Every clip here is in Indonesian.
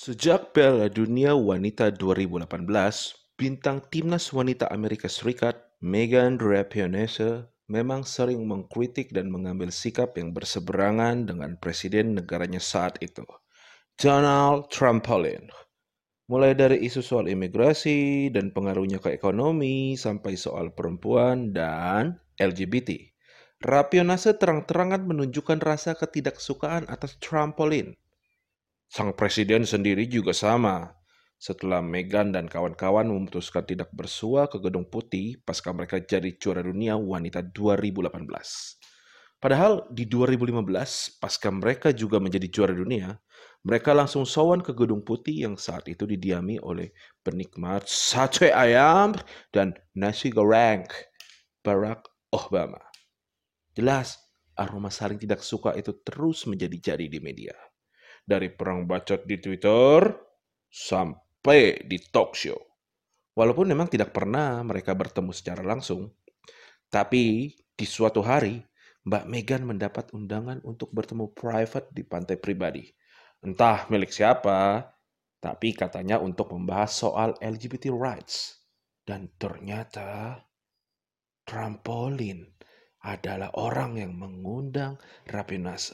Sejak Piala Dunia Wanita 2018, bintang timnas wanita Amerika Serikat, Megan Rapinoe, memang sering mengkritik dan mengambil sikap yang berseberangan dengan presiden negaranya saat itu, Donald Trump. Mulai dari isu soal imigrasi dan pengaruhnya ke ekonomi, sampai soal perempuan dan LGBT. Rapinoe terang-terangan menunjukkan rasa ketidaksukaan atas trampolin. Sang presiden sendiri juga sama. Setelah Meghan dan kawan-kawan memutuskan tidak bersua ke Gedung Putih pasca mereka jadi juara dunia wanita 2018. Padahal di 2015, pasca mereka juga menjadi juara dunia, mereka langsung sowan ke Gedung Putih yang saat itu didiami oleh penikmat sate ayam dan nasi goreng, Barack Obama. Jelas, aroma saling tidak suka itu terus menjadi-jadi di media. Dari perang bacot di Twitter sampai di talk show. Walaupun memang tidak pernah mereka bertemu secara langsung, tapi di suatu hari Mbak Meghan mendapat undangan untuk bertemu private di pantai pribadi. Entah milik siapa, tapi katanya untuk membahas soal LGBT rights. Dan ternyata trampolin adalah orang yang mengundang Rapinoe.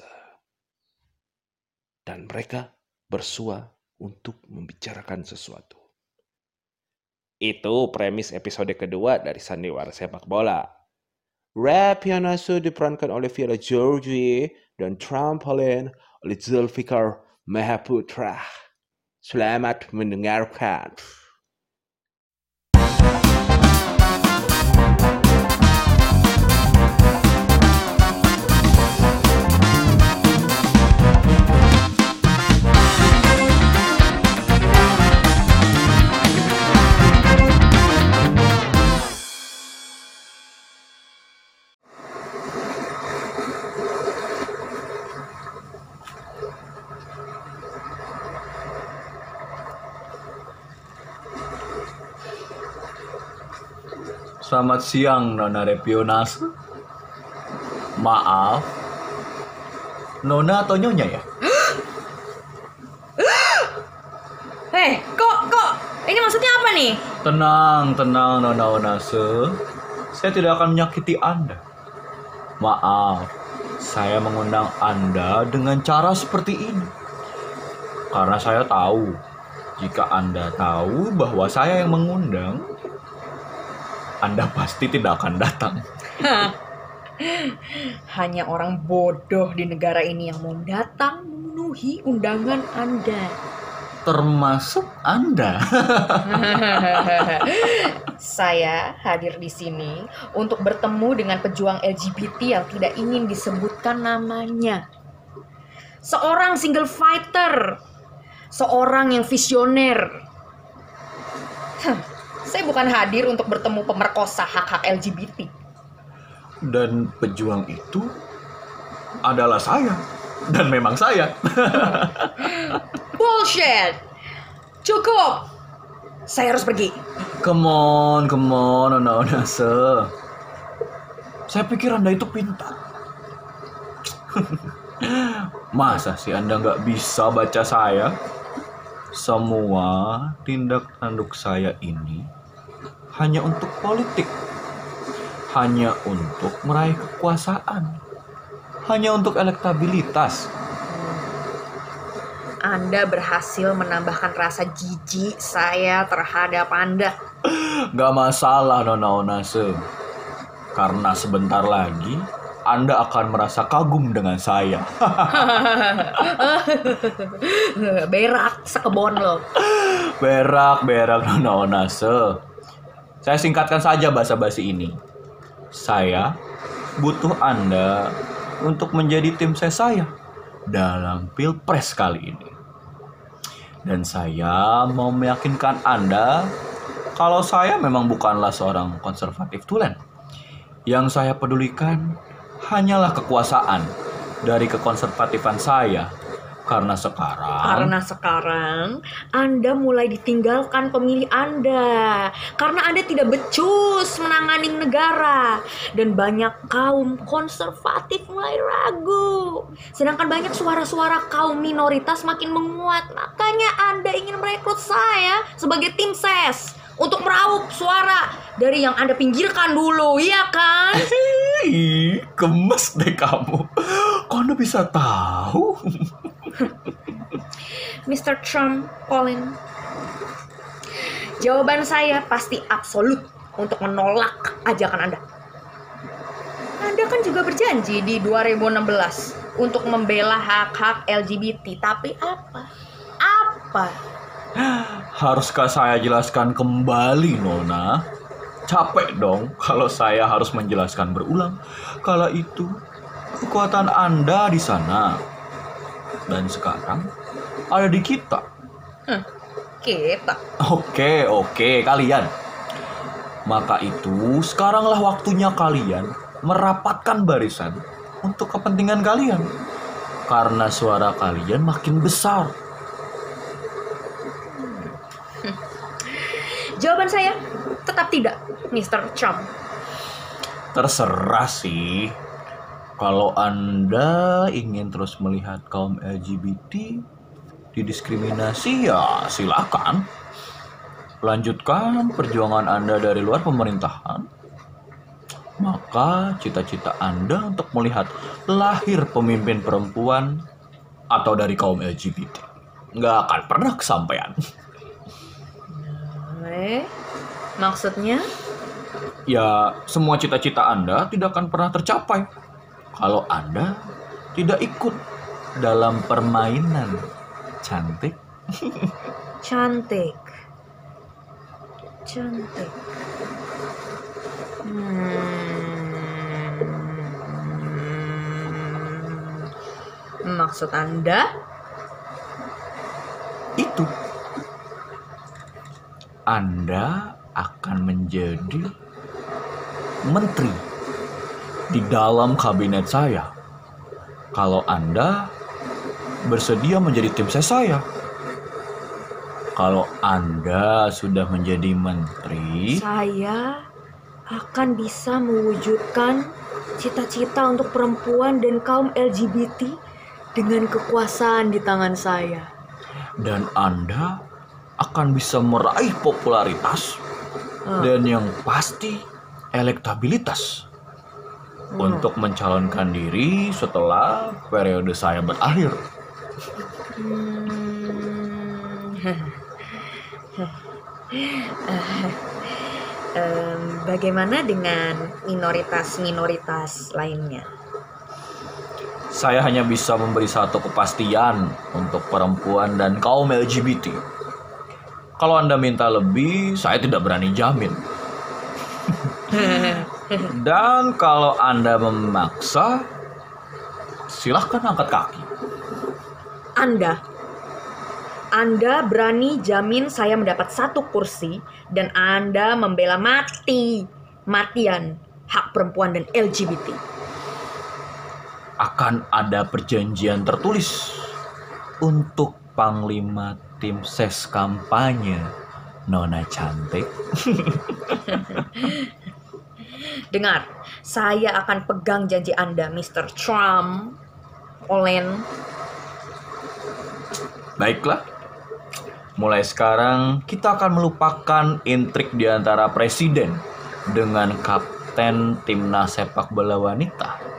Dan mereka bersua untuk membicarakan sesuatu. Itu premis episode kedua dari Sandiwara Sepak Bola. Rapinoe diperankan oleh Viola Georgi dan Trampolin oleh Zulfikar Mahaputra. Selamat mendengarkan. Selamat siang, Nona Rapinoe. Maaf, Nona atau Nyonya ya? Kok ini maksudnya apa nih? Tenang, Nona Onase. Saya tidak akan menyakiti Anda. Maaf, saya mengundang Anda dengan cara seperti ini. Karena saya tahu, jika Anda tahu bahwa saya yang mengundang, Anda pasti tidak akan datang. Hanya orang bodoh di negara ini yang mau datang memenuhi undangan Anda. Termasuk Anda. Saya hadir di sini untuk bertemu dengan pejuang LGBT yang tidak ingin disebutkan namanya. Seorang single fighter. Seorang yang visioner. Saya bukan hadir untuk bertemu pemerkosa hak-hak LGBT. Dan pejuang itu adalah saya. Dan memang saya. Bullshit. Cukup. Saya harus pergi. Come on, Nona Onase. Saya pikir Anda itu pintar. Masa sih Anda nggak bisa baca saya? Semua tindak tanduk saya ini hanya untuk politik, hanya untuk meraih kekuasaan, hanya untuk elektabilitas. Anda berhasil menambahkan rasa jijik saya terhadap Anda. Gak masalah, Nona Onase. Karena sebentar lagi Anda akan merasa kagum dengan saya. Berak sekebon lo. Berak, Nona Onase. Saya singkatkan saja basa-basi ini. Saya butuh Anda untuk menjadi tim saya dalam Pilpres kali ini. Dan saya mau meyakinkan Anda kalau saya memang bukanlah seorang konservatif tulen. Yang saya pedulikan hanyalah kekuasaan dari kekonservatifan saya. Karena sekarang Anda mulai ditinggalkan pemilih Anda. Karena Anda tidak becus menangani negara. Dan banyak kaum konservatif mulai ragu. Sedangkan banyak suara-suara kaum minoritas makin menguat. Makanya Anda menurut saya sebagai tim ses untuk meraup suara dari yang Anda pinggirkan dulu, iya kan? Ih, gemes deh kamu. Kok Anda bisa tahu? Mr. Trump, Colin. Jawaban saya pasti absolut untuk menolak ajakan Anda. Anda kan juga berjanji di 2016 untuk membela hak-hak LGBT. Tapi apa? Apa? Haruskah saya jelaskan kembali, Nona? Capek dong kalau saya harus menjelaskan berulang. Kala itu, kekuatan Anda di sana. Dan sekarang, ada di kita. Kita. Oke, kalian. Maka itu, sekaranglah waktunya kalian merapatkan barisan untuk kepentingan kalian. Karena suara kalian makin besar. Jawaban saya tetap tidak, Mr. Trump. Terserah sih. Kalau Anda ingin terus melihat kaum LGBT didiskriminasi, ya silakan. Lanjutkan perjuangan Anda dari luar pemerintahan. Maka cita-cita Anda untuk melihat lahir pemimpin perempuan atau dari kaum LGBT nggak akan pernah kesampaian. Maksudnya? Ya, semua cita-cita Anda tidak akan pernah tercapai kalau Anda tidak ikut dalam permainan cantik. Cantik. Maksud Anda? Itu. Anda akan menjadi menteri di dalam kabinet saya. Kalau Anda bersedia menjadi tim ses saya. Kalau Anda sudah menjadi menteri, Saya akan bisa mewujudkan cita-cita untuk perempuan dan kaum LGBT dengan kekuasaan di tangan saya. dan Anda akan bisa meraih popularitas dan yang pasti elektabilitas untuk mencalonkan diri setelah periode saya berakhir. Bagaimana dengan minoritas-minoritas lainnya? Saya hanya bisa memberi satu kepastian untuk perempuan dan kaum LGBT. Kalau Anda minta lebih, saya tidak berani jamin. Dan kalau Anda memaksa, silahkan angkat kaki. Anda berani jamin saya mendapat satu kursi dan Anda membela matian hak perempuan dan LGBT. Akan ada perjanjian tertulis untuk Panglima Tim Ses Kampanye, Nona cantik. Dengar, saya akan pegang janji Anda, Mr. Trump. Olen. Baiklah. Mulai sekarang kita akan melupakan intrik di antara presiden dengan kapten timnas sepak bola wanita.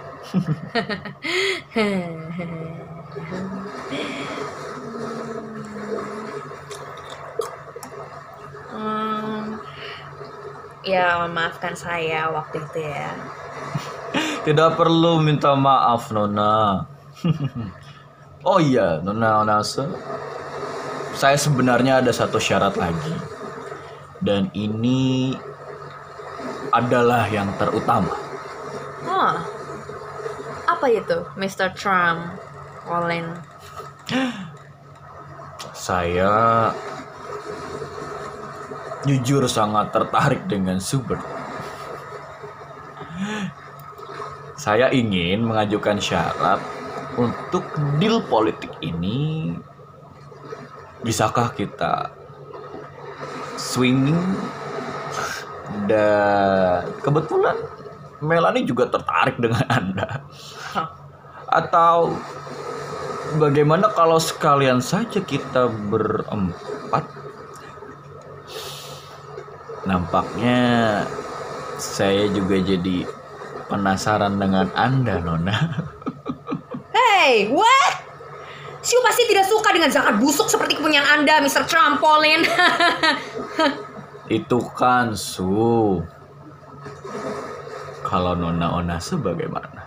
Ya, maafkan saya waktu itu ya. Tidak perlu minta maaf, Nona. Oh iya, Nona Onase. Saya sebenarnya ada satu syarat lagi. Dan ini adalah yang terutama. Oh, apa itu, Mr. Trump? Olen. Saya jujur sangat tertarik dengan Subert. Saya ingin mengajukan syarat untuk deal politik ini. Bisakah kita swinging? Dan kebetulan Melanie juga tertarik dengan Anda. Atau bagaimana kalau sekalian saja kita berempat Nampaknya saya juga jadi penasaran dengan Anda, Nona. Hey, what? Siu pasti tidak suka dengan zakat busuk seperti kepunyaan Anda, Mr. Trampolin. Itu kan Su. Kalau Nona Onase bagaimana?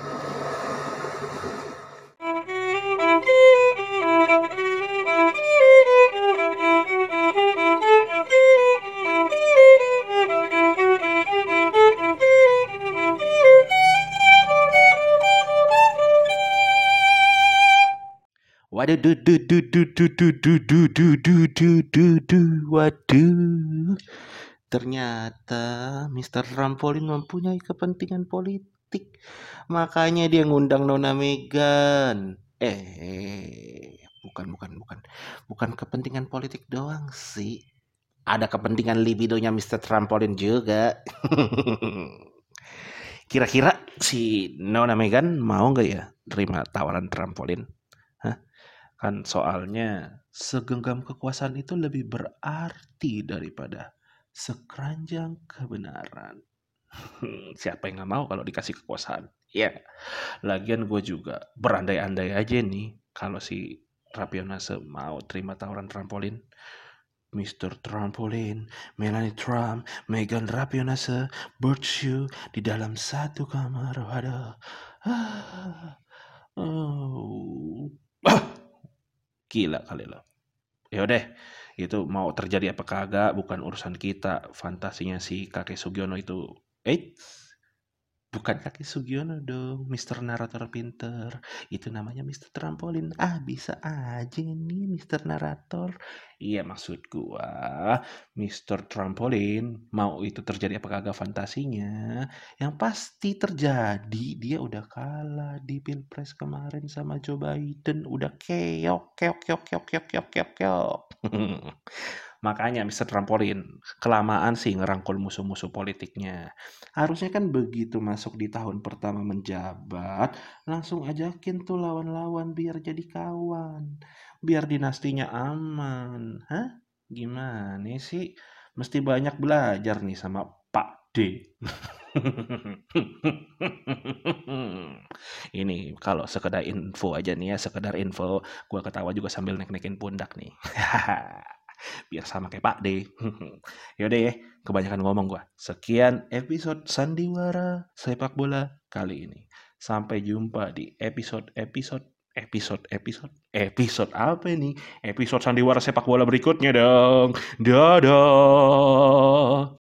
Waduh, waduh. Ternyata Mr. Trampolin mempunyai kepentingan politik. Makanya dia ngundang Nona Megan. Bukan kepentingan politik doang sih. Ada kepentingan libidonya Mr. Trampolin juga. Kira-kira si Nona Megan mau nggak ya terima tawaran Trampolin? Hah? Kan soalnya segenggam kekuasaan itu lebih berarti daripada sekeranjang kebenaran. Siapa yang nggak mau kalau dikasih kekuasaan? Ya, lagian gue juga berandai-andai aja nih kalau si Rapionase mau terima tawaran Trampolin. Mr. Trampolin, Melanie Trump, Megan Rapionase, Bertshue di dalam satu kamar. Waduh. Oh. Gila kali lo. Ya udah, itu mau terjadi apa kagak bukan urusan kita. Fantasinya si kakek Sugiono itu. Bukan kakek Sugiono dong, Mr. Narator pinter. Itu namanya Mr. Trampolin. Bisa aja nih Mr. Narator. Iya, maksud gua Mr. Trampolin mau itu terjadi apa kagak fantasinya, yang pasti terjadi. Dia udah kalah di Pilpres kemarin sama Joe Biden. Udah keok. Makanya Mr. Trampolin kelamaan sih ngerangkul musuh-musuh politiknya. Harusnya kan begitu masuk di tahun pertama menjabat, langsung ajakin tuh lawan-lawan biar jadi kawan. Biar dinastinya aman. Gimana sih? Mesti banyak belajar nih sama Pak D. Ini kalau sekedar info aja nih ya, sekedar info. Gua ketawa juga sambil nek-nekin pundak nih. Biar sama kayak Pak D. Yaudah ya, kebanyakan ngomong gua. Sekian episode Sandiwara Sepak Bola kali ini. Sampai jumpa di episode apa ini? Episode Sandiwara Sepak Bola berikutnya dong. Dadah.